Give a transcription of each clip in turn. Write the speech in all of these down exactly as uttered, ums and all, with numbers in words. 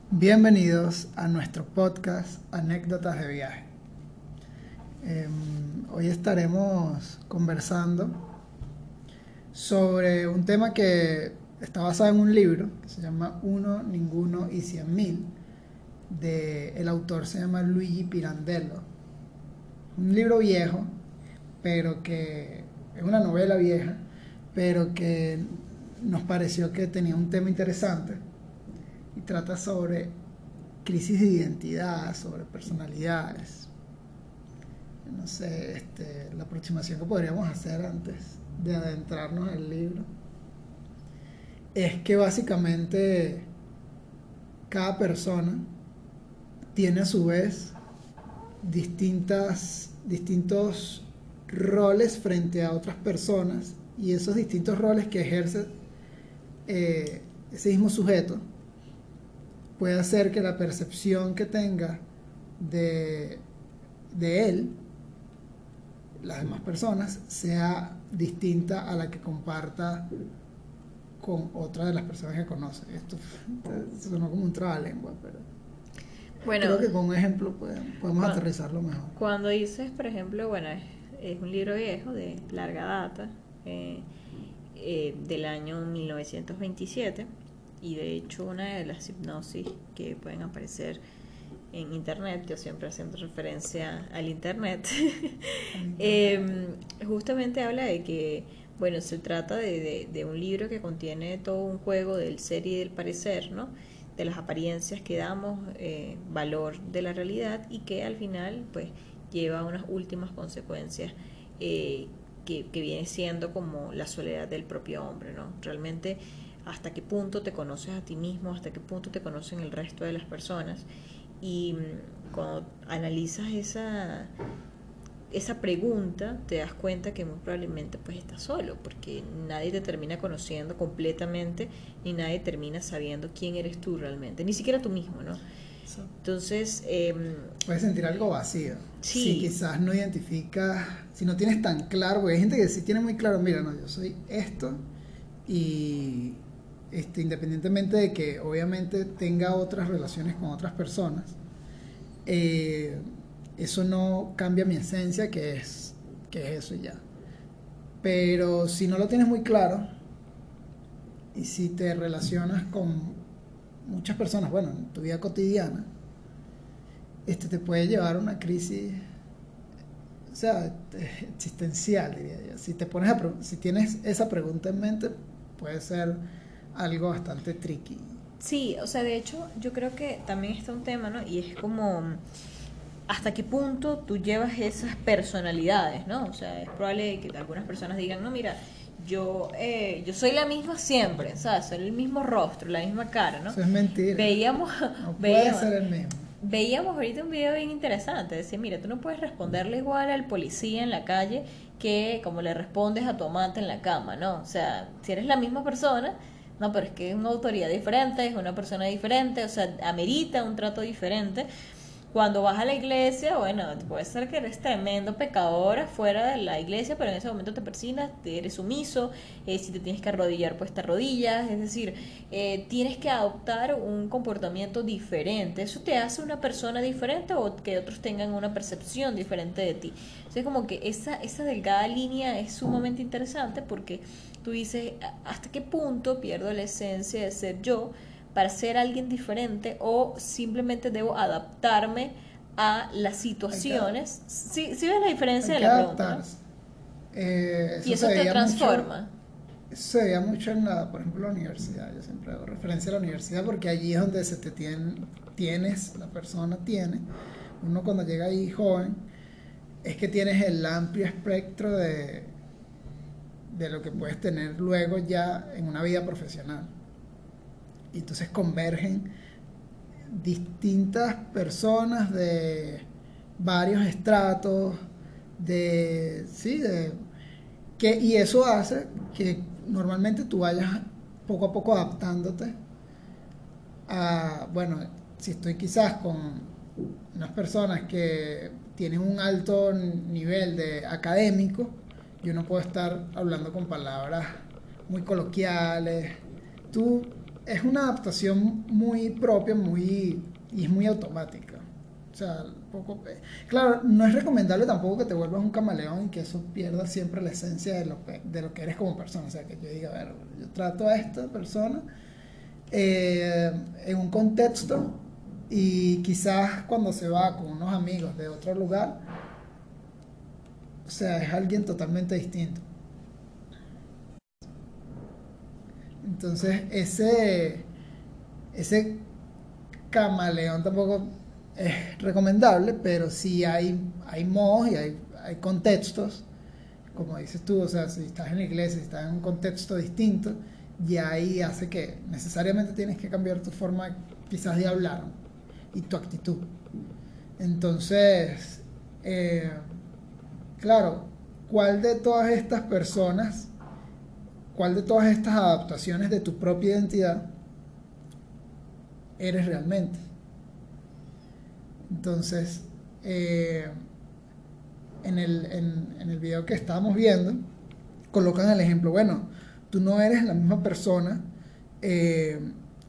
Bienvenidos a nuestro podcast Anécdotas de Viaje. Eh, hoy estaremos conversando sobre un tema que está basado en un libro que se llama Uno, Ninguno y Cien Mil. De, el autor se llama Luigi Pirandello. Un libro viejo, pero que es una novela vieja, pero que nos pareció que tenía un tema interesante. Y trata sobre crisis de identidad, sobre personalidades. No sé, este, la aproximación que podríamos hacer antes de adentrarnos en el libro es que básicamente cada persona tiene a su vez distintas, distintos roles frente a otras personas, y esos distintos roles que ejerce eh, ese mismo sujeto puede hacer que la percepción que tenga de, de él, las demás personas, sea distinta a la que comparta con otra de las personas que conoce. Esto sonó como un trabalengua, pero bueno, creo que con un ejemplo podemos, podemos cuando, aterrizarlo mejor. Cuando dices, por ejemplo, bueno, es, es un libro viejo de larga data, eh, eh, del año mil novecientos veintisiete, y de hecho una de las hipnosis que pueden aparecer en internet, yo siempre haciendo referencia al internet, eh, justamente habla de que, bueno, se trata de, de, de un libro que contiene todo un juego del ser y del parecer, ¿no? De las apariencias que damos eh, valor de la realidad, y que al final pues lleva a unas últimas consecuencias eh, que, que viene siendo como la soledad del propio hombre, ¿no? Realmente hasta qué punto te conoces a ti mismo, hasta qué punto te conocen el resto de las personas. Y cuando analizas esa esa pregunta, te das cuenta que muy probablemente pues estás solo, porque nadie te termina conociendo completamente, ni nadie termina sabiendo quién eres tú realmente, ni siquiera tú mismo, ¿no? Entonces eh, puedes sentir algo vacío. Sí. Si quizás no identificas, si no tienes tan claro, porque hay gente que sí tiene muy claro, mira, no, yo soy esto, y este, independientemente de que obviamente tenga otras relaciones con otras personas, eh, eso no cambia mi esencia, que es, que es eso y ya. Pero si no lo tienes muy claro, y si te relacionas con muchas personas, bueno, en tu vida cotidiana, este te puede llevar a una crisis, o sea, existencial, diría yo. Si te pones a, si tienes esa pregunta en mente, puede ser algo bastante tricky. Sí, o sea, de hecho, yo creo que también está un tema, ¿no? Y es como hasta qué punto tú llevas esas personalidades, ¿no? O sea, es probable que algunas personas digan, no, mira, yo eh, yo soy la misma siempre, ¿sabes? Soy el mismo rostro, la misma cara, ¿no? Eso es mentira. Veíamos, no puede veíamos, ser el mismo. Veíamos ahorita un video bien interesante, decía, mira, tú no puedes responderle igual al policía en la calle que como le respondes a tu amante en la cama, ¿no? O sea, si eres la misma persona, no, pero es que es una autoridad diferente, es una persona diferente, o sea, amerita un trato diferente. Cuando vas a la iglesia, bueno, puede ser que eres tremendo pecador afuera de la iglesia, pero en ese momento te persinas, te eres sumiso, eh, si te tienes que arrodillar, pues te arrodillas, es decir, eh, tienes que adoptar un comportamiento diferente. ¿Eso te hace una persona diferente o que otros tengan una percepción diferente de ti? Entonces, como que esa, esa delgada línea es sumamente interesante, porque tú dices, ¿hasta qué punto pierdo la esencia de ser yo para ser alguien diferente, o simplemente debo adaptarme a las situaciones? ¿Sí, sí ves la diferencia Hay de que la pregunta, ¿no? adaptarse. Eh, eso Y eso se te veía transforma. Mucho, eso se veía mucho en la, por ejemplo, la universidad. Yo siempre hago referencia a la universidad porque allí es donde se te tiene, tienes, la persona tiene, uno cuando llega ahí joven, es que tienes el amplio espectro de, de lo que puedes tener luego ya en una vida profesional. Y entonces convergen distintas personas de varios estratos, de sí, de que, y eso hace que normalmente tú vayas poco a poco adaptándote a, bueno, si estoy quizás con unas personas que tienen un alto nivel de académico, yo no puedo estar hablando con palabras muy coloquiales. Tú es una adaptación muy propia, muy y es muy automática. O sea, poco, claro, no es recomendable tampoco que te vuelvas un camaleón y que eso pierda siempre la esencia de lo que, de lo que eres como persona. O sea, que yo diga, a ver, yo trato a esta persona eh, en un contexto y quizás cuando se va con unos amigos de otro lugar, o sea, es alguien totalmente distinto. Entonces, ese, ese camaleón tampoco es recomendable, pero sí hay, hay modos y hay, hay contextos, como dices tú, o sea, si estás en la iglesia, si estás en un contexto distinto, y ahí hace que necesariamente tienes que cambiar tu forma quizás de hablar y tu actitud. Entonces, eh, claro, ¿cuál de todas estas personas, cuál de todas estas adaptaciones de tu propia identidad eres realmente? Entonces, eh, en, el, en, en el video que estábamos viendo, colocan el ejemplo, bueno, tú no eres la misma persona eh,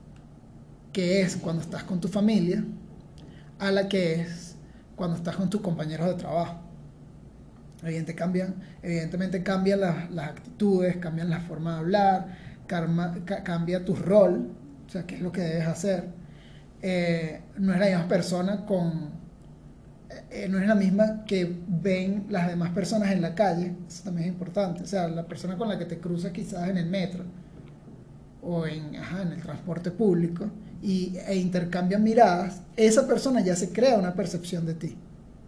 que es cuando estás con tu familia a la que es cuando estás con tus compañeros de trabajo. Evidente cambian, evidentemente cambian las, las actitudes, cambian la forma de hablar, karma, ca, cambia tu rol, o sea, qué es lo que debes hacer. Eh, no es la misma persona con eh, no es la misma que ven las demás personas en la calle. Eso también es importante. O sea, la persona con la que te cruzas quizás en el metro o en, ajá, en el transporte público y, e intercambian miradas, esa persona ya se crea una percepción de ti.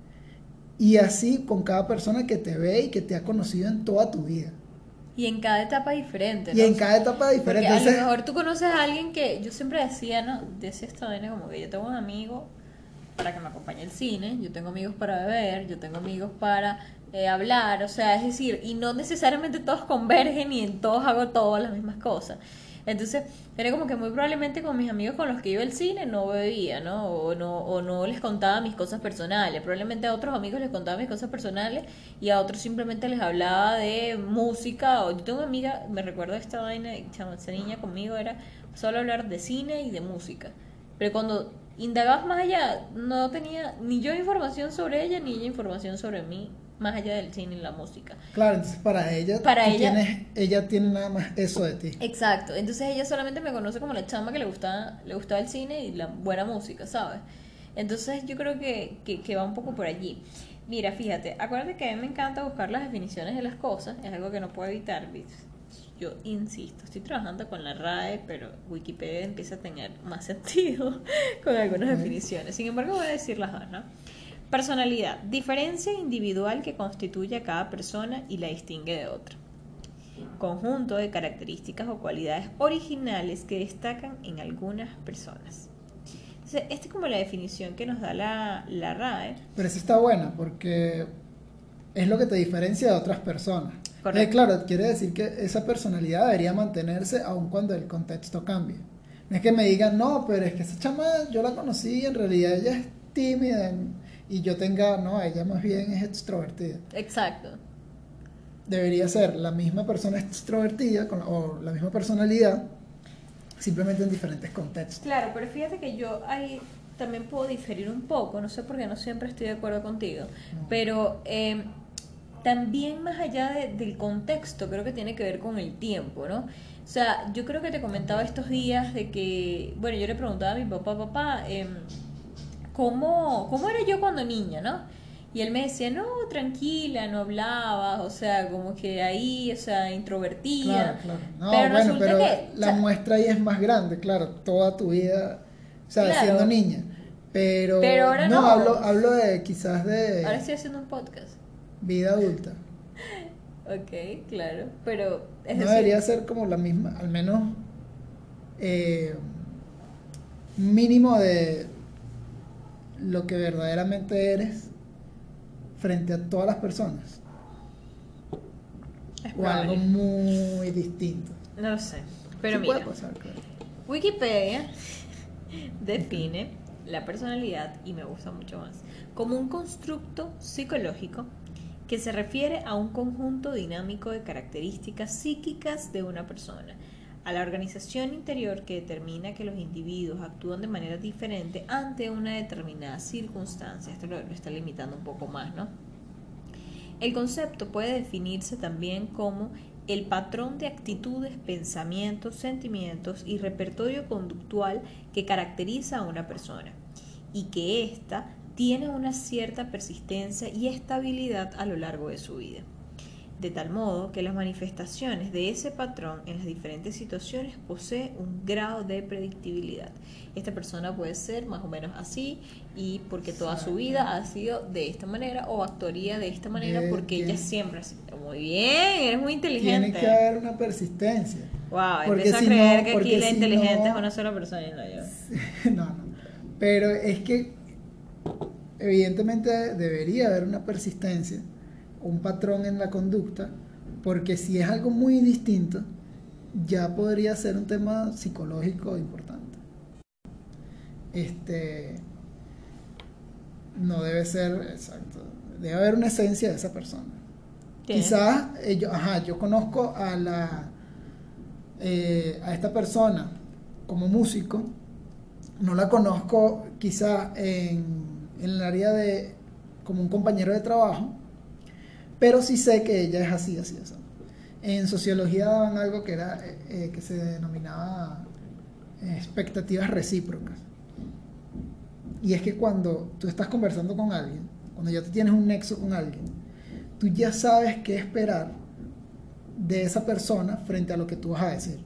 Y así con cada persona que te ve y que te ha conocido en toda tu vida. Y en cada etapa diferente, ¿no? Y en cada etapa diferente. Porque a Entonces, lo mejor tú conoces a alguien que yo siempre decía, ¿no? Decía esta vaina como que yo tengo un amigo para que me acompañe al cine, yo tengo amigos para beber, yo tengo amigos para eh, hablar, o sea, es decir, y no necesariamente todos convergen y en todos hago todas las mismas cosas. Entonces, era como que muy probablemente con mis amigos con los que iba al cine no bebía, ¿no? O no, o no les contaba mis cosas personales. Probablemente a otros amigos les contaba mis cosas personales y a otros simplemente les hablaba de música. O yo tengo una amiga, me recuerdo esta vaina, esa niña conmigo era solo hablar de cine y de música. Pero cuando indagabas más allá, no tenía ni yo información sobre ella, ni ella información sobre mí, más allá del cine y la música. claro, entonces para ella, Para tú ella, tienes, ella tiene nada más eso de ti. exacto. Entonces ella solamente me conoce como la chama que le gustaba, le gustaba el cine y la buena música, ¿sabes? Entonces yo creo que, que, que va un poco por allí. Mira, fíjate, acuérdate que a mí me encanta buscar las definiciones de las cosas, es algo que no puedo evitar, ¿viste? Yo insisto, estoy trabajando con la R A E, pero Wikipedia empieza a tener más sentido con algunas definiciones. Sin embargo, voy a decir las dos, ¿no? Personalidad, diferencia individual que constituye a cada persona y la distingue de otra. Conjunto de características o cualidades originales que destacan en algunas personas. Entonces, esta es como la definición que nos da la, la R A E. Pero esa está buena porque es lo que te diferencia de otras personas. Correcto. Eh, claro, quiere decir que esa personalidad debería mantenerse aun cuando el contexto cambie. No es que me digan, no, pero es que esa chama yo la conocí y en realidad ella es tímida y yo tenga, no, ella más bien es extrovertida. Exacto. Debería ser la misma persona extrovertida con, o la misma personalidad, simplemente en diferentes contextos. Claro, pero fíjate que yo ahí también puedo diferir un poco, no sé por qué no siempre estoy de acuerdo contigo, No. pero eh, también más allá de, del contexto, creo que tiene que ver con el tiempo, ¿no? O sea, yo creo que te comentaba estos días de que, bueno, yo le preguntaba a mi papá, papá, eh, ¿cómo, ¿cómo era yo cuando niña, no? Y él me decía, no, tranquila, no hablabas, o sea, como que ahí, o sea, introvertida. Claro, claro. No, Pero bueno, resulta pero que, o la sea, muestra ahí es más grande, claro, toda tu vida, o sea, claro, siendo niña. Pero, pero ahora no, no. hablo, hablo de quizás Ahora de estoy haciendo un podcast. vida adulta. Ok, claro, pero es No decir, debería ser como la misma, al menos eh, mínimo de lo que verdaderamente eres frente a todas las personas. es O algo probable. muy distinto. No lo sé, pero Sí mira, puede pasar, claro. Wikipedia define la personalidad, y me gusta mucho más, como un constructo psicológico que se refiere a un conjunto dinámico de características psíquicas de una persona, a la organización interior que determina que los individuos actúan de manera diferente ante una determinada circunstancia. Esto lo, lo está limitando un poco más, ¿no? El concepto puede definirse también como el patrón de actitudes, pensamientos, sentimientos y repertorio conductual que caracteriza a una persona y que ésta tiene una cierta persistencia y estabilidad a lo largo de su vida. De tal modo que las manifestaciones de ese patrón en las diferentes situaciones posee un grado de predictibilidad. Esta persona puede ser más o menos así y porque toda su vida ha sido de esta manera o actuaría de esta manera porque ella siempre ha sido. Muy bien, eres muy inteligente. Tiene que haber una persistencia. Wow, porque empiezo si a creer no, que aquí la si inteligente no, es una sola persona y no yo. No, no. Pero es que evidentemente debería haber una persistencia, un patrón en la conducta, porque si es algo muy distinto, ya podría ser un tema psicológico importante. Este no debe ser exacto, debe haber una esencia de esa persona. ¿Tiene? Quizás eh, yo, ajá, yo conozco a la eh, a esta persona como músico, no la conozco quizás en, en el área de como un compañero de trabajo, pero sí sé que ella es así, así, así. En sociología daban algo que era eh, que se denominaba eh, expectativas recíprocas. Y es que cuando tú estás conversando con alguien, cuando ya tú tienes un nexo con alguien, tú ya sabes qué esperar de esa persona frente a lo que tú vas a decir.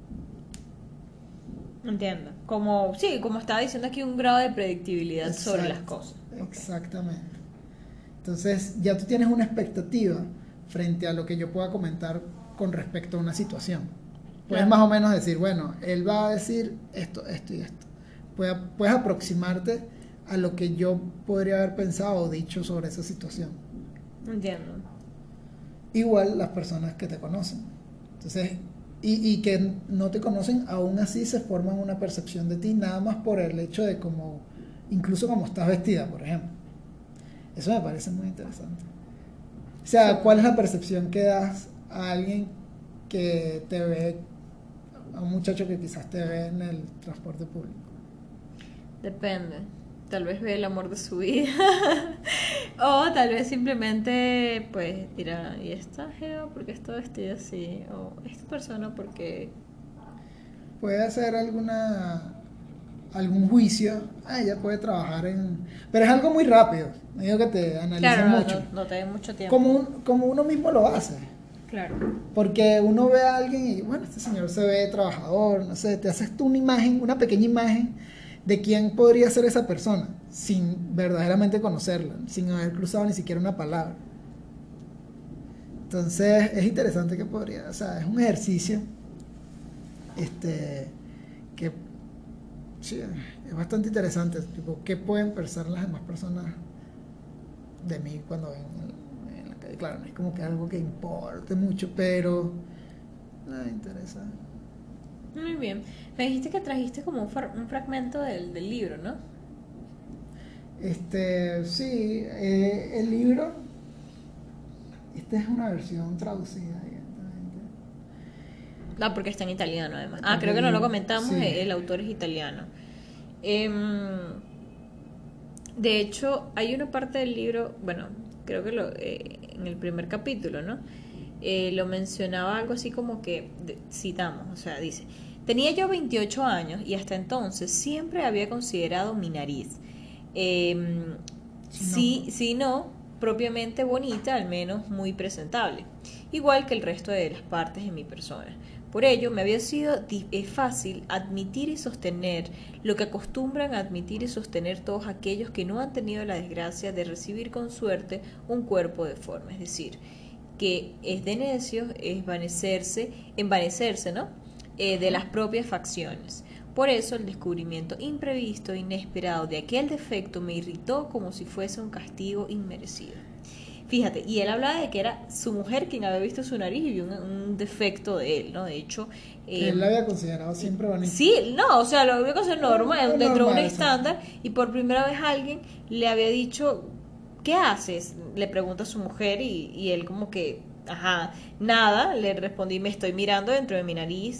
Entiendo. Como, sí, como estaba diciendo aquí, un grado de predictibilidad Exacto, sobre las cosas. Exactamente. Entonces ya tú tienes una expectativa frente a lo que yo pueda comentar con respecto a una situación. Puedes claro. más o menos decir, bueno, él va a decir esto, esto y esto. Puedes, puedes aproximarte a lo que yo podría haber pensado o dicho sobre esa situación. Entiendo. Igual las personas que te conocen. Entonces, y, y que no te conocen, aún así se forman una percepción de ti, nada más por el hecho de cómo, incluso cómo estás vestida, por ejemplo. Eso me parece muy interesante. O sea, ¿cuál es la percepción que das a alguien que te ve, a un muchacho que quizás te ve en el transporte público? Depende. Tal vez ve el amor de su vida. O tal vez simplemente, pues, dirá, ¿y esta jeva por qué está vestida así? O esta persona porque... Puede hacer alguna... algún juicio, ah, ella puede trabajar en... Pero es algo muy rápido, no digo que te analicen claro, no, mucho. No, no te den mucho tiempo. Como, un, como uno mismo lo hace. Claro. Porque uno ve a alguien y, bueno, este señor se ve trabajador, no sé, te haces tú una imagen, una pequeña imagen de quién podría ser esa persona, sin verdaderamente conocerla, sin haber cruzado ni siquiera una palabra. Entonces, es interesante que podría, o sea, es un ejercicio este que sí, es bastante interesante, tipo, ¿qué pueden pensar las demás personas de mí cuando ven en, en la calle? Claro, no es como que algo que importe mucho, pero me interesa. Muy bien. Me dijiste que trajiste como un, fra- un fragmento del, del libro, ¿no? Este, sí, eh, el libro, esta es una versión traducida, evidentemente. Ah, porque está en italiano además. Ah, creo que no lo comentamos, sí. El autor es italiano. Eh, de hecho, hay una parte del libro, bueno, creo que lo, eh, en el primer capítulo, ¿no? Eh, lo mencionaba algo así como que, de, citamos, o sea, dice, tenía yo veintiocho años y hasta entonces siempre había considerado mi nariz, eh, si, no. si no propiamente bonita, al menos muy presentable, igual que el resto de las partes de mi persona. Por ello, me había sido fácil admitir y sostener lo que acostumbran a admitir y sostener todos aquellos que no han tenido la desgracia de recibir con suerte un cuerpo deforme, es decir, que es de necios envanecerse, envanecerse, ¿no? Eh, de las propias facciones. Por eso el descubrimiento imprevisto e inesperado de aquel defecto me irritó como si fuese un castigo inmerecido. Fíjate, y él hablaba de que era su mujer quien había visto su nariz y vio un, un defecto de él, ¿no? De hecho... Eh, él la había considerado siempre bonita. Sí, no, o sea, lo había considerado normal, no, dentro normal, de un estándar, y por primera vez alguien le había dicho, ¿qué haces? Le pregunta a su mujer y, y él como que, ajá, nada, le respondí, me estoy mirando dentro de mi nariz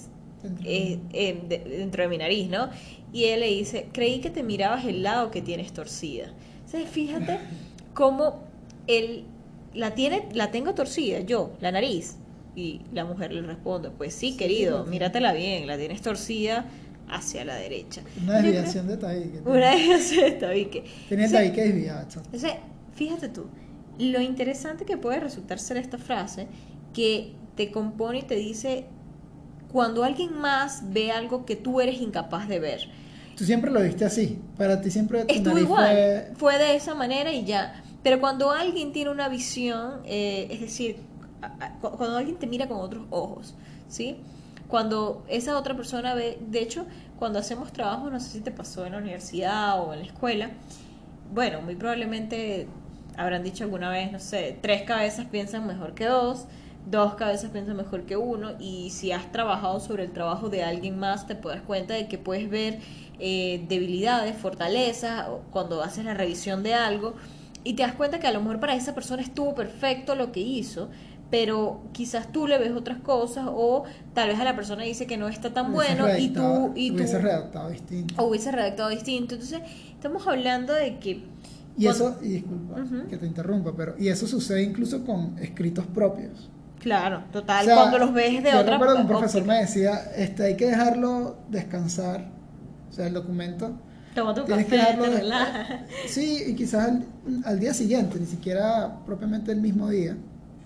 Dentro eh, eh, de- dentro de mi nariz, ¿no? Y él le dice, creí que te mirabas el lado que tienes torcida. Entonces, fíjate cómo él la tiene, la tengo torcida, yo, la nariz. Y la mujer le responde, pues sí, Sí, querido, la tiene. míratela bien, la tienes torcida hacia la derecha. Una Y yo desviación creo- de tabique. Una Tenía, desviación de tabique. tenía el Entonces, tabique desviado, exacto. entonces, fíjate tú, lo interesante que puede resultar ser esta frase que te compone y te dice cuando alguien más ve algo que tú eres incapaz de ver. Tú siempre lo viste así. Para ti siempre tu Estuvo nariz igual, fue... fue de esa manera y ya. Pero cuando alguien tiene una visión, eh, es decir, a- a- cu- cuando alguien te mira con otros ojos, ¿sí? Cuando esa otra persona ve, de hecho, cuando hacemos trabajo, no sé si te pasó en la universidad o en la escuela, bueno, muy probablemente habrán dicho alguna vez, no sé, tres cabezas piensan mejor que dos, dos cabezas piensan mejor que uno, y si has trabajado sobre el trabajo de alguien más, te puedes cuenta de que puedes ver eh, debilidades, fortalezas, o cuando haces la revisión de algo, y te das cuenta que a lo mejor para esa persona estuvo perfecto lo que hizo, pero quizás tú le ves otras cosas, o tal vez a la persona dice que no está tan Hubieses bueno, y tú, redactado, y hubieses tú redactado distinto. o hubiese redactado distinto. Entonces, estamos hablando de que Y cuando- eso, y disculpa Ujú. que te interrumpa, pero y eso sucede incluso con escritos propios. Claro, O total, sea, cuando los ves de yo otra recuerdo que un óptica. profesor me decía, este, hay que dejarlo descansar, o sea, el documento, Toma tu tienes que café, dejarlo, te de- relajas. sí, y quizás al, al día siguiente, ni siquiera propiamente el mismo día,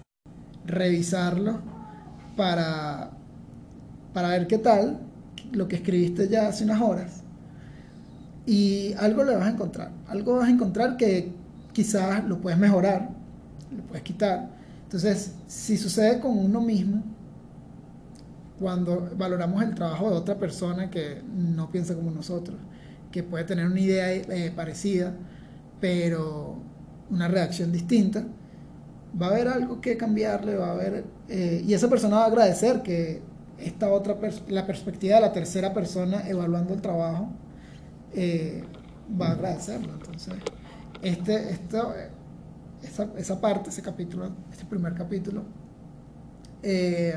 revisarlo para, para ver qué tal lo que escribiste ya hace unas horas. Y algo le vas a encontrar, algo vas a encontrar que quizás lo puedes mejorar, lo puedes quitar. Entonces, si sucede con uno mismo, cuando valoramos el trabajo de otra persona que no piensa como nosotros, que puede tener una idea eh, parecida, pero una reacción distinta, va a haber algo que cambiarle, va a haber, eh, y esa persona va a agradecer que esta otra, pers la perspectiva de la tercera persona evaluando el trabajo, eh, va a agradecerlo. Entonces, este, esto, esa, esa parte, ese capítulo, este primer capítulo, eh,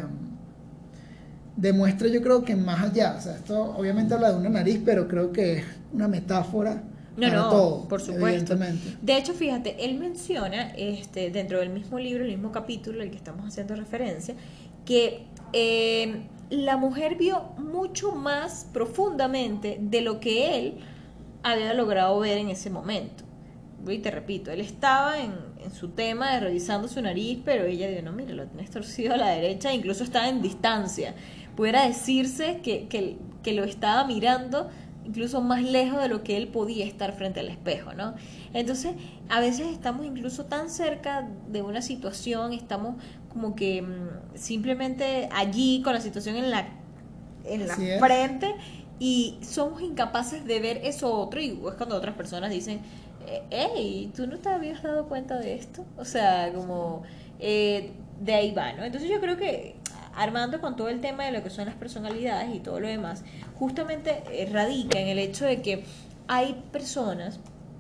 demuestra, yo creo que más allá, o sea, esto obviamente habla de una nariz, pero creo que es una metáfora No, para no, todo, por supuesto. evidentemente. De hecho, fíjate, él menciona este, dentro del mismo libro, el mismo capítulo al que estamos haciendo referencia, que eh, la mujer vio mucho más profundamente de lo que él había logrado ver en ese momento. Y te repito, él estaba en, en su tema de revisando su nariz, pero ella dijo, no, mira, lo tienes torcido a la derecha, incluso estaba en distancia. Pudiera decirse que, que, que lo estaba mirando incluso más lejos de lo que él podía estar frente al espejo, ¿no? Entonces, a veces estamos incluso tan cerca de una situación, estamos como que mmm, simplemente allí con la situación en la, en la Así es. frente, y somos incapaces de ver eso otro, y es cuando otras personas dicen, hey, ¿tú no te habías dado cuenta de esto? O sea, como eh, de ahí va, ¿no? Entonces yo creo que armando con todo el tema de lo que son las personalidades y todo lo demás, justamente eh, radica en el hecho de que hay personas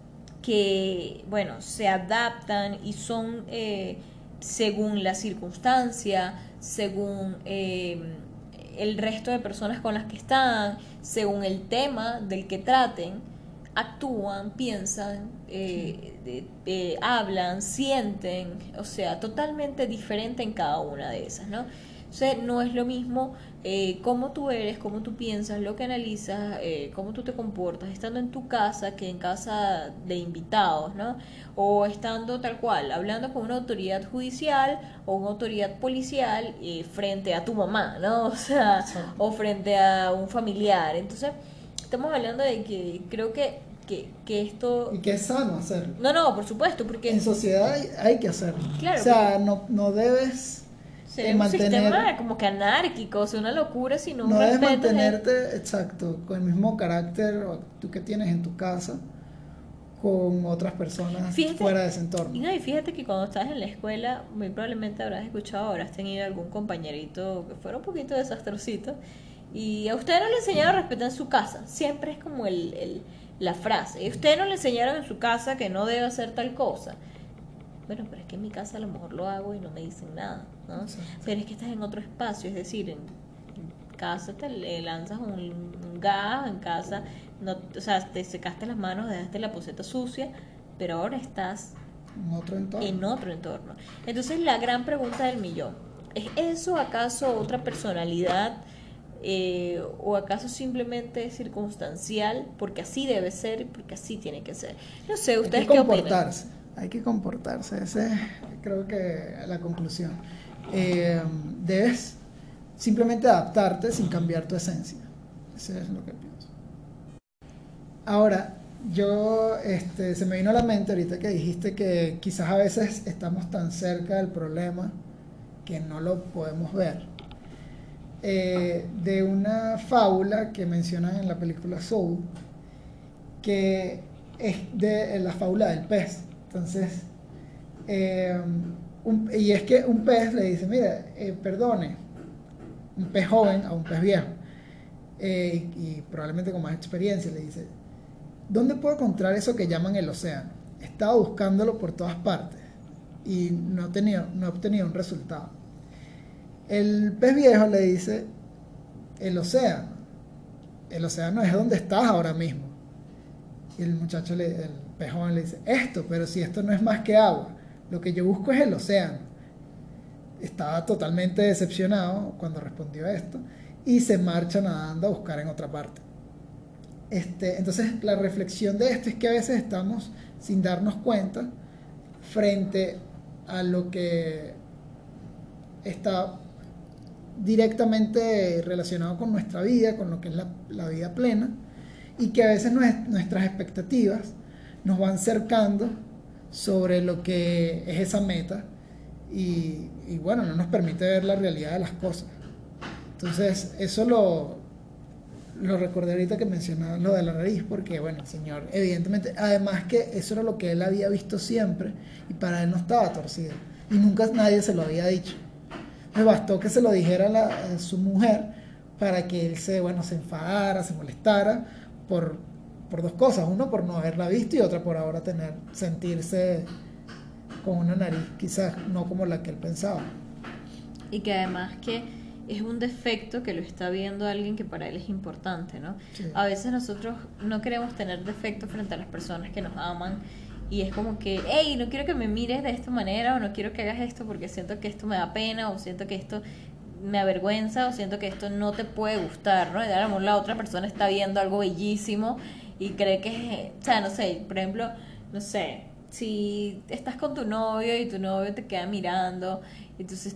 que, bueno, se adaptan y son eh, según la circunstancia, según eh, el resto de personas con las que están, según el tema del que traten, actúan, piensan, eh, eh, eh, hablan, sienten, o sea, totalmente diferente en cada una de esas, ¿no? O sea, no es lo mismo eh, cómo tú eres, cómo tú piensas, lo que analizas, eh, cómo tú te comportas estando en tu casa que en casa de invitados, ¿no? O estando tal cual, hablando con una autoridad judicial o una autoridad policial eh, frente a tu mamá, ¿no? O sea, Exacto. o frente a un familiar. Entonces, estamos hablando de que creo que, que, que esto... Y que es sano hacerlo. No, no, por supuesto, porque... En sociedad hay, hay que hacerlo. Claro, o sea, no, no debes sería eh, un mantener, sistema como que anárquico, o sea, una locura si no, no debes respetas el- mantenerte, exacto, con el mismo carácter o tú que tienes en tu casa con otras personas Fíjate, fuera de ese y entorno. no, y fíjate que cuando estás en la escuela, muy probablemente habrás escuchado, habrás tenido algún compañerito que fuera un poquito desastrosito, y a usted no le enseñaron a respetar en su casa, siempre es como el, el, la frase, y a usted no le enseñaron en su casa que no debe hacer tal cosa. Bueno, pero es que en mi casa a lo mejor lo hago y no me dicen nada, ¿no? Exacto. Pero es que estás en otro espacio, es decir, en casa te le lanzas un, un gas, en casa, no, o sea, te secaste las manos, dejaste la poseta sucia, pero ahora estás En otro entorno. en otro entorno. Entonces la gran pregunta del millón, ¿es eso acaso otra personalidad? Eh, ¿O acaso simplemente es circunstancial? Porque así debe ser y porque así tiene que ser. No sé, ¿ustedes qué qué opinan? opinan? Hay que comportarse, hay que comportarse. Esa es, creo que, la conclusión. Eh, debes simplemente adaptarte sin cambiar tu esencia. Eso es lo que pienso. Ahora, yo, este, se me vino a la mente ahorita que dijiste que quizás a veces estamos tan cerca del problema que no lo podemos ver. Eh, de una fábula que mencionan en la película Soul, que es de la fábula del pez. Entonces, eh, un, y es que un pez le dice, mira, eh, perdone, un pez joven a un pez viejo, eh, y, y probablemente con más experiencia, le dice, ¿dónde puedo encontrar eso que llaman el océano? He estado buscándolo por todas partes y no he, tenido, no he obtenido un resultado. El pez viejo le dice, el océano, el océano es donde estás ahora mismo. Y el muchacho, le, el pez joven le dice, esto, pero si esto no es más que agua, lo que yo busco es el océano. Estaba totalmente decepcionado cuando respondió a esto y se marcha nadando a buscar en otra parte. Este, entonces la reflexión de esto es que a veces estamos sin darnos cuenta frente a lo que está directamente relacionado con nuestra vida, con lo que es la, la vida plena, y que a veces nuestras expectativas nos van cercando sobre lo que es esa meta y, y bueno, no nos permite ver la realidad de las cosas. Entonces eso lo, lo recordé ahorita que mencionaba lo de la nariz, porque bueno, el señor evidentemente, además que eso era lo que él había visto siempre y para él no estaba torcido y nunca nadie se lo había dicho. Me bastó que se lo dijera la, a su mujer para que él se, bueno, se enfadara, se molestara por, por dos cosas. Uno, por no haberla visto y otra, por ahora tener, sentirse con una nariz quizás no como la que él pensaba. Y que además que es un defecto que lo está viendo alguien que para él es importante, ¿no? Sí. A veces nosotros no queremos tener defectos frente a las personas que nos aman y es como que, hey, no quiero que me mires de esta manera o no quiero que hagas esto porque siento que esto me da pena o siento que esto me avergüenza o siento que esto no te puede gustar, ¿no? Y de a lo mejor la otra persona está viendo algo bellísimo y cree que, o sea, no sé, por ejemplo, no sé, si estás con tu novio y tu novio te queda mirando, entonces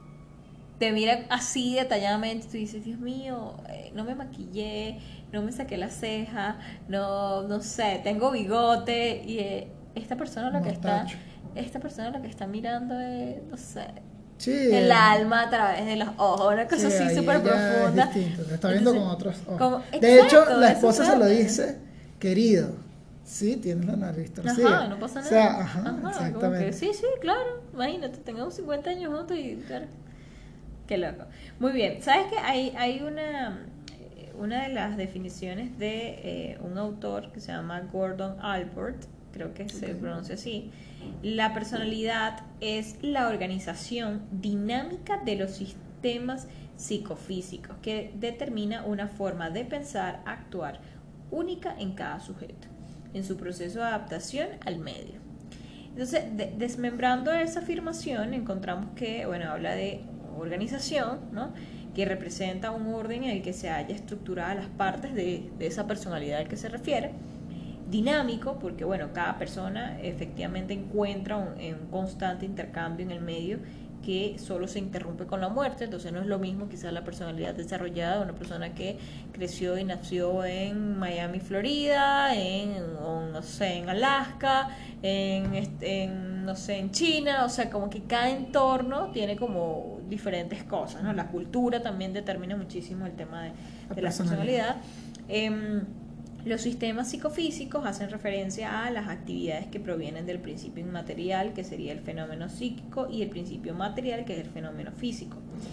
te mira así detalladamente y tú dices, Dios mío, eh, no me maquillé, no me saqué la ceja, no, no sé, tengo bigote y eh, esta persona lo que está, Mostacho. esta persona lo que está mirando es, no sé, Sí, el eh, alma a través de los ojos, una cosa sí, así ahí súper ella es profunda. distinto, te está viendo Entonces, con otros ojos. como, De hecho, exacto, la de eso esposa se lo trata. dice, querido, sí, tienes la nariz torcida. Ajá, no pasa O nada. sea, ajá, Ajá, como que exactamente. sí, sí, claro, imagínate, tengamos cincuenta años juntos y claro. Qué loco. Muy bien. ¿Sabes qué? Hay, hay una, una de las definiciones de eh, un autor que se llama Gordon Allport, creo que se pronuncia así. La personalidad es la organización dinámica de los sistemas psicofísicos que determina una forma de pensar, actuar única en cada sujeto, en su proceso de adaptación al medio. Entonces, de, desmembrando esa afirmación, encontramos que, bueno, habla de organización, ¿no? Que representa un orden en el que se haya estructurada las partes de, de esa personalidad al que se refiere. Dinámico, porque bueno, cada persona efectivamente encuentra un, un constante intercambio en el medio que solo se interrumpe con la muerte, entonces no es lo mismo quizás la personalidad desarrollada de una persona que creció y nació en Miami, Florida, en, o, no sé, en Alaska, en, en, no sé, en China, o sea, como que cada entorno tiene como diferentes cosas, ¿no? La cultura también determina muchísimo el tema de, de la personalidad. Eh, Los sistemas psicofísicos hacen referencia a las actividades que provienen del principio inmaterial, que sería el fenómeno psíquico, y el principio material, que es el fenómeno físico.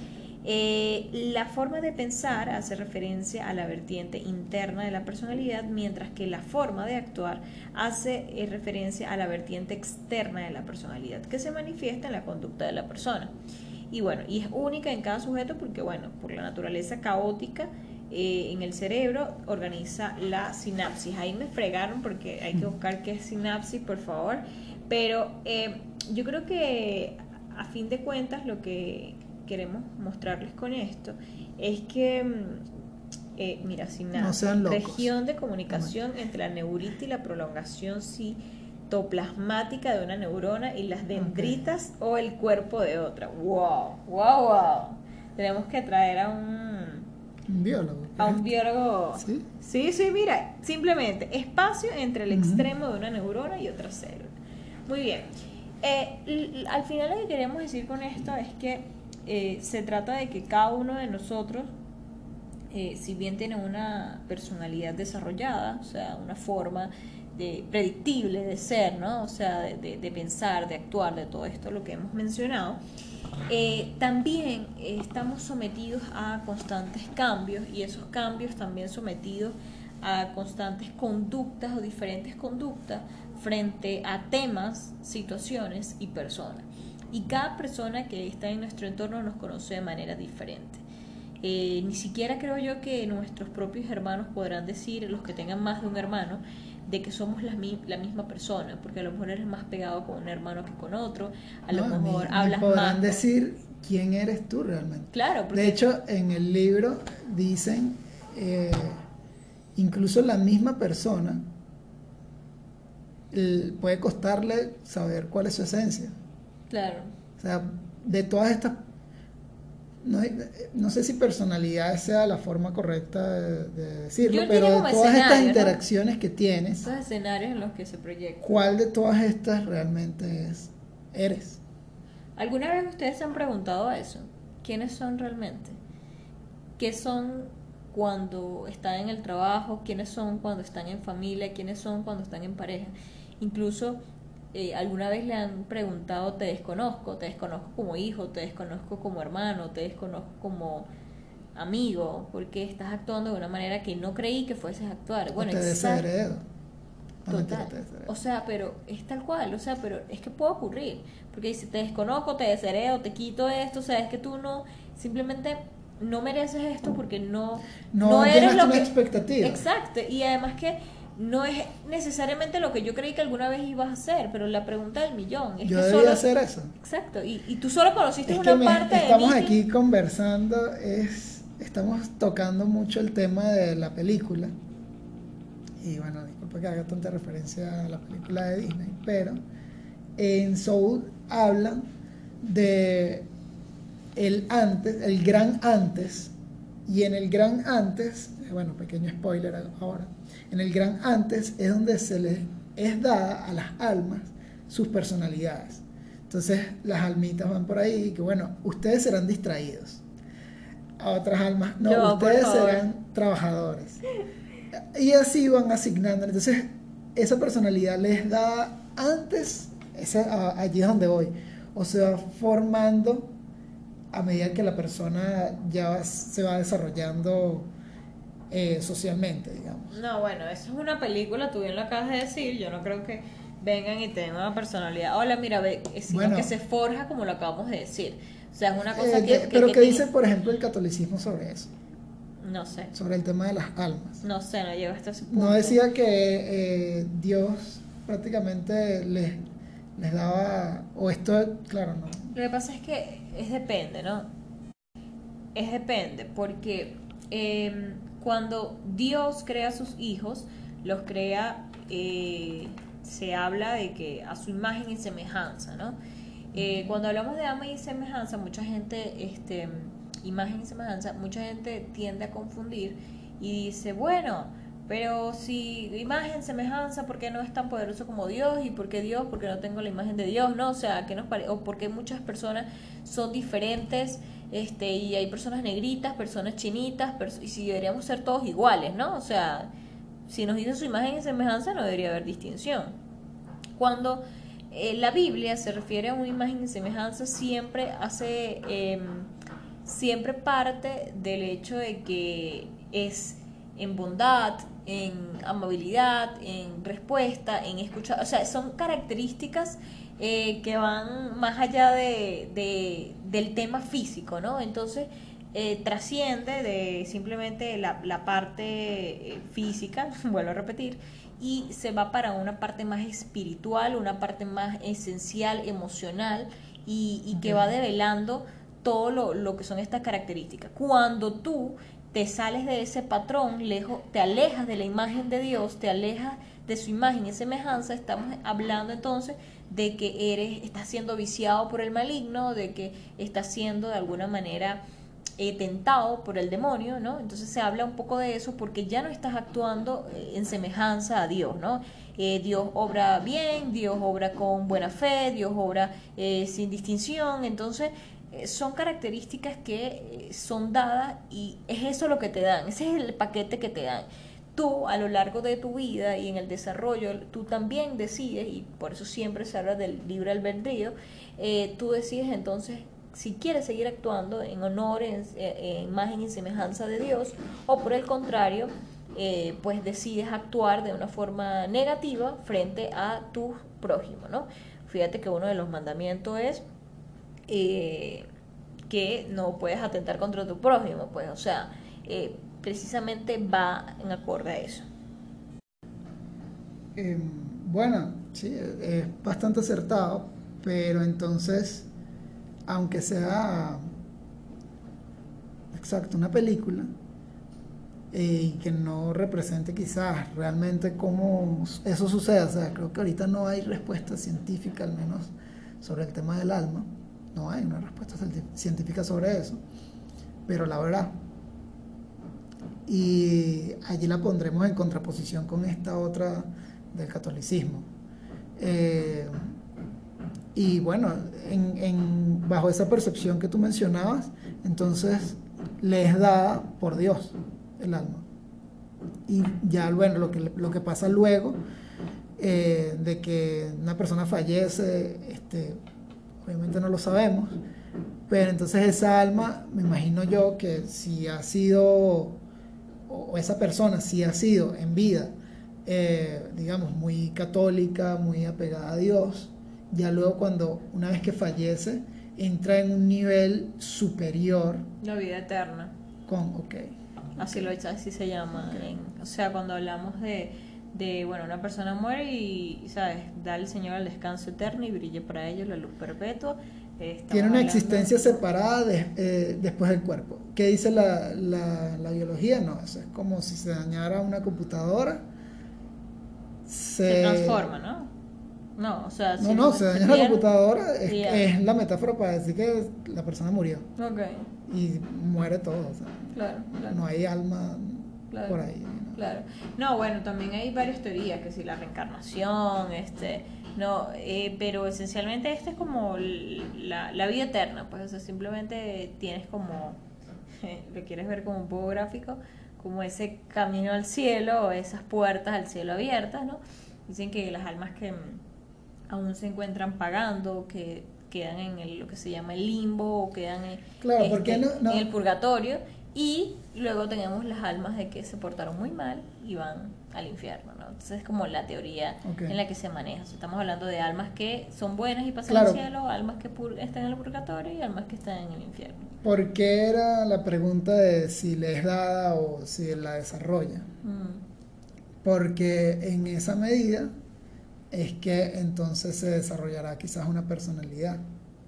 Eh, la forma de pensar hace referencia a la vertiente interna de la personalidad, mientras que la forma de actuar hace eh, referencia a la vertiente externa de la personalidad, que se manifiesta en la conducta de la persona. y bueno, y es única en cada sujeto porque bueno, por la naturaleza caótica eh, en el cerebro organiza la sinapsis. Ahí me fregaron porque hay que buscar qué es sinapsis, por favor, pero eh, yo creo que a fin de cuentas lo que queremos mostrarles con esto es que eh, mira, sinapsis, no región de comunicación no. entre la neurita y la prolongación citoplasmática de una neurona y las dendritas okay. o el cuerpo de otra. Wow, wow, wow. Tenemos que traer a un un biólogo. A un biólogo. ¿Sí? Sí, sí, mira, simplemente espacio entre el uh-huh. extremo de una neurona y otra célula. Muy bien. Eh, l- al final lo que queremos decir con esto es que eh, se trata de que cada uno de nosotros, eh, si bien tiene una personalidad desarrollada, o sea, una forma de, predictible de ser, ¿no? O sea, de, de, de pensar, de actuar, de todo esto, lo que hemos mencionado, eh, también eh, estamos sometidos a constantes cambios y esos cambios también sometidos a constantes conductas o diferentes conductas frente a temas, situaciones y personas. Y cada persona que está en nuestro entorno nos conoce de manera diferente. Eh, ni siquiera creo yo que nuestros propios hermanos podrán decir, los que tengan más de un hermano, de que somos la, la misma persona, porque a lo mejor eres más pegado con un hermano que con otro, a no, lo mejor ni, hablas ni podrán más. decir quién eres tú realmente. Claro, porque... De hecho, en el libro dicen, eh, incluso la misma persona el, puede costarle saber cuál es su esencia. Claro. O sea, de todas estas, no, no sé si personalidad sea la forma correcta de, de decirlo, pero de todas estas interacciones, ¿no?, que tienes, estos escenarios en los que se proyecta, ¿cuál de todas estas realmente es, eres? ¿Alguna vez ustedes se han preguntado eso? ¿Quiénes son realmente? ¿Qué son cuando están en el trabajo? ¿Quiénes son cuando están en familia? ¿Quiénes son cuando están en pareja? Incluso Eh, alguna vez le han preguntado, te desconozco, te desconozco como hijo, te desconozco como hermano, te desconozco como amigo, porque estás actuando de una manera que no creí que fueses a actuar. Bueno, te desheredo. Total. O sea, pero es tal cual, o sea, pero es que puede ocurrir, porque si te desconozco, te desheredo, te quito esto, o sea, es que tú no, simplemente no mereces esto porque no, no, no eres lo que... expectativa. Exacto, y además que no es necesariamente lo que yo creí que alguna vez ibas a hacer, pero la pregunta del millón es yo que debía solo... hacer eso. Exacto, y, y tú solo conociste es una me, parte estamos de mí. Aquí conversando, es estamos tocando mucho el tema de la película, y bueno, disculpa que haga tanta referencia a la película de Disney, pero en Soul hablan de el antes, el gran antes, y en el gran antes, bueno, pequeño spoiler ahora, en el gran antes es donde se les es dada a las almas sus personalidades. Entonces las almitas van por ahí y que bueno, ustedes serán distraídos, a otras almas no, no ustedes serán trabajadores, y así van asignando. Entonces esa personalidad les da antes, esa, allí es donde voy, o se va formando a medida que la persona ya va, se va desarrollando eh, socialmente, digamos. No, bueno, eso es una película, tú bien lo acabas de decir, yo no creo que vengan y tengan una personalidad, hola, mira, ve, sino bueno, que se forja como lo acabamos de decir. O sea, es una cosa eh, que, que... que Pero que ¿qué tiene... dice, por ejemplo, el catolicismo sobre eso? No sé. Sobre el tema de las almas. No sé, no llega hasta ese punto. No decía que eh, Dios prácticamente les, les daba, o esto, claro, no. Lo que pasa es que es depende, ¿no? Es depende, porque eh, cuando Dios crea a sus hijos, los crea, eh, se habla de que a su imagen y semejanza, ¿no? Eh, cuando hablamos de imagen y semejanza, mucha gente, este, imagen y semejanza, mucha gente tiende a confundir y dice, bueno, pero si imagen, semejanza, ¿por qué no es tan poderoso como Dios? ¿Y por qué Dios? Porque no tengo la imagen de Dios, ¿no? O sea, ¿qué nos pare- o porque muchas personas son diferentes, este, y hay personas negritas, personas chinitas, pers- y si deberíamos ser todos iguales, ¿no? O sea, si nos dice su imagen y semejanza, no debería haber distinción. Cuando eh, la Biblia se refiere a una imagen y semejanza, siempre hace, eh, siempre parte del hecho de que es en bondad, en amabilidad, en respuesta, en escuchar. O sea, son características eh, que van más allá de, de, del tema físico, ¿no? Entonces, eh, trasciende de simplemente la, la parte eh, física, vuelvo a repetir, y se va para una parte más espiritual, una parte más esencial, emocional, y, y que va develando todo lo, lo que son estas características. Cuando tú te sales de ese patrón, lejos, te alejas de la imagen de Dios, te alejas de su imagen y semejanza, estamos hablando entonces de que eres, estás siendo viciado por el maligno, de que estás siendo de alguna manera eh, tentado por el demonio, ¿no? Entonces se habla un poco de eso porque ya no estás actuando eh, en semejanza a Dios, ¿no? Eh, Dios obra bien, Dios obra con buena fe, Dios obra eh, sin distinción, entonces eh, son características que eh, son dadas y es eso lo que te dan, ese es el paquete que te dan. Tú a lo largo de tu vida y en el desarrollo, tú también decides, y por eso siempre se habla del libre albedrío, eh, tú decides entonces si quieres seguir actuando en honor, en, en imagen y semejanza de Dios, o por el contrario, eh, pues decides actuar de una forma negativa frente a tu prójimo, ¿no? Fíjate que uno de los mandamientos es eh, que no puedes atentar contra tu prójimo, pues, o sea, eh, precisamente va en acorde a eso. Eh, bueno, sí, es bastante acertado, pero entonces, aunque sea exacto una película, eh, y que no represente quizás realmente cómo eso sucede, o sea, creo que ahorita no hay respuesta científica al menos sobre el tema del alma, no hay una respuesta científica sobre eso, pero la verdad, y allí la pondremos en contraposición con esta otra del catolicismo. Eh, y bueno, en, en, bajo esa percepción que tú mencionabas, entonces le es dada por Dios el alma. Y ya, bueno, lo que, lo que pasa luego, eh, de que una persona fallece, este, obviamente no lo sabemos, pero entonces esa alma, me imagino yo que si ha sido, o esa persona si ha sido en vida, eh, digamos, muy católica, muy apegada a Dios, ya luego cuando, una vez que fallece, entra en un nivel superior. La vida eterna. Con, ok. Así lo así se llama. Okay. En, o sea, cuando hablamos de, de, bueno, una persona muere y, y, ¿sabes? Da al Señor el descanso eterno y brille para ellos la luz perpetua. Eh, Tiene una existencia separada de, eh, después del cuerpo. ¿Qué dice la, la, la biología? No, eso es como si se dañara una computadora. Se, se transforma, ¿no? No, o sea, no, si no, se daña la computadora, es, es la metáfora para decir que la persona murió. Okay. Y muere todo, o sea, claro, claro. No hay alma claro, por ahí. ¿no? Claro. No, bueno, también hay varias teorías, que si la reencarnación, este, no, eh, pero esencialmente esta es como la, la vida eterna, pues, o sea, simplemente tienes como, lo quieres ver como un poco gráfico, como ese camino al cielo, o esas puertas al cielo abiertas, ¿no? Dicen que las almas que aún se encuentran pagando, que quedan en el, lo que se llama el limbo, o quedan en, claro, este, no, no. en el purgatorio, y luego tenemos las almas de que se portaron muy mal y van al infierno, ¿no? Entonces es como la teoría okay. en la que se maneja. O sea, estamos hablando de almas que son buenas y pasan claro. al cielo, almas que pur- están en el purgatorio y almas que están en el infierno. ¿Por qué era la pregunta de si le es dada o si la desarrolla? Mm. Porque en esa medida es que entonces se desarrollará quizás una personalidad.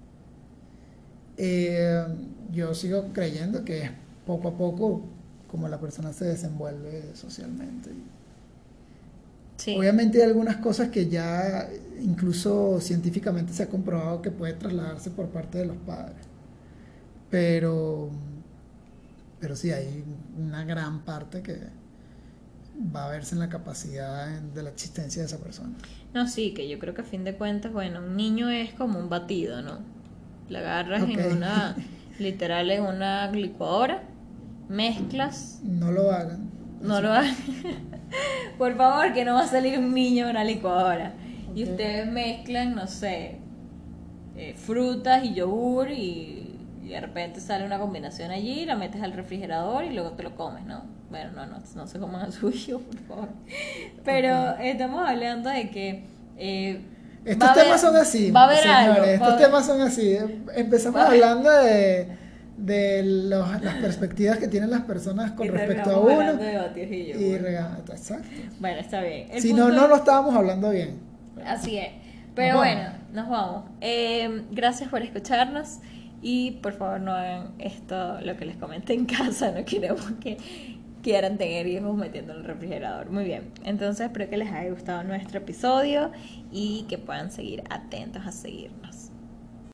Eh, yo sigo creyendo que es poco a poco como la persona se desenvuelve socialmente. Sí. Obviamente hay algunas cosas que ya incluso científicamente se ha comprobado que puede trasladarse por parte de los padres, pero pero sí hay una gran parte que va a verse en la capacidad de la existencia de esa persona. No, sí, que yo creo que a fin de cuentas, bueno, un niño es como un batido, ¿no? La agarras okay. en una, literal en una licuadora, mezclas. No lo hagan. No Eso. lo hagan. Por favor, que no va a salir un niño en una licuadora. Okay. Y ustedes mezclan, no sé, eh, frutas y yogur y, y de repente sale una combinación allí, la metes al refrigerador y luego te lo comes, ¿no? Bueno, no, no, no se coman a su hijo, por favor. Pero okay. Estamos hablando de que... Eh, estos temas haber, son así, va a haber señores, algo, estos haber... temas son así. Empezamos hablando de, de los, las perspectivas que tienen las personas con y respecto a uno. De batillo, y bueno. Rega, exacto. Bueno, está bien. El si no, no lo estábamos hablando bien. Así es. Pero nos bueno, vamos. nos vamos. Eh, gracias por escucharnos y por favor no hagan esto, lo que les comenté en casa, no queremos que quieran tener hijos metiendo en el refrigerador. Muy bien, entonces espero que les haya gustado nuestro episodio y que puedan seguir atentos a seguirnos.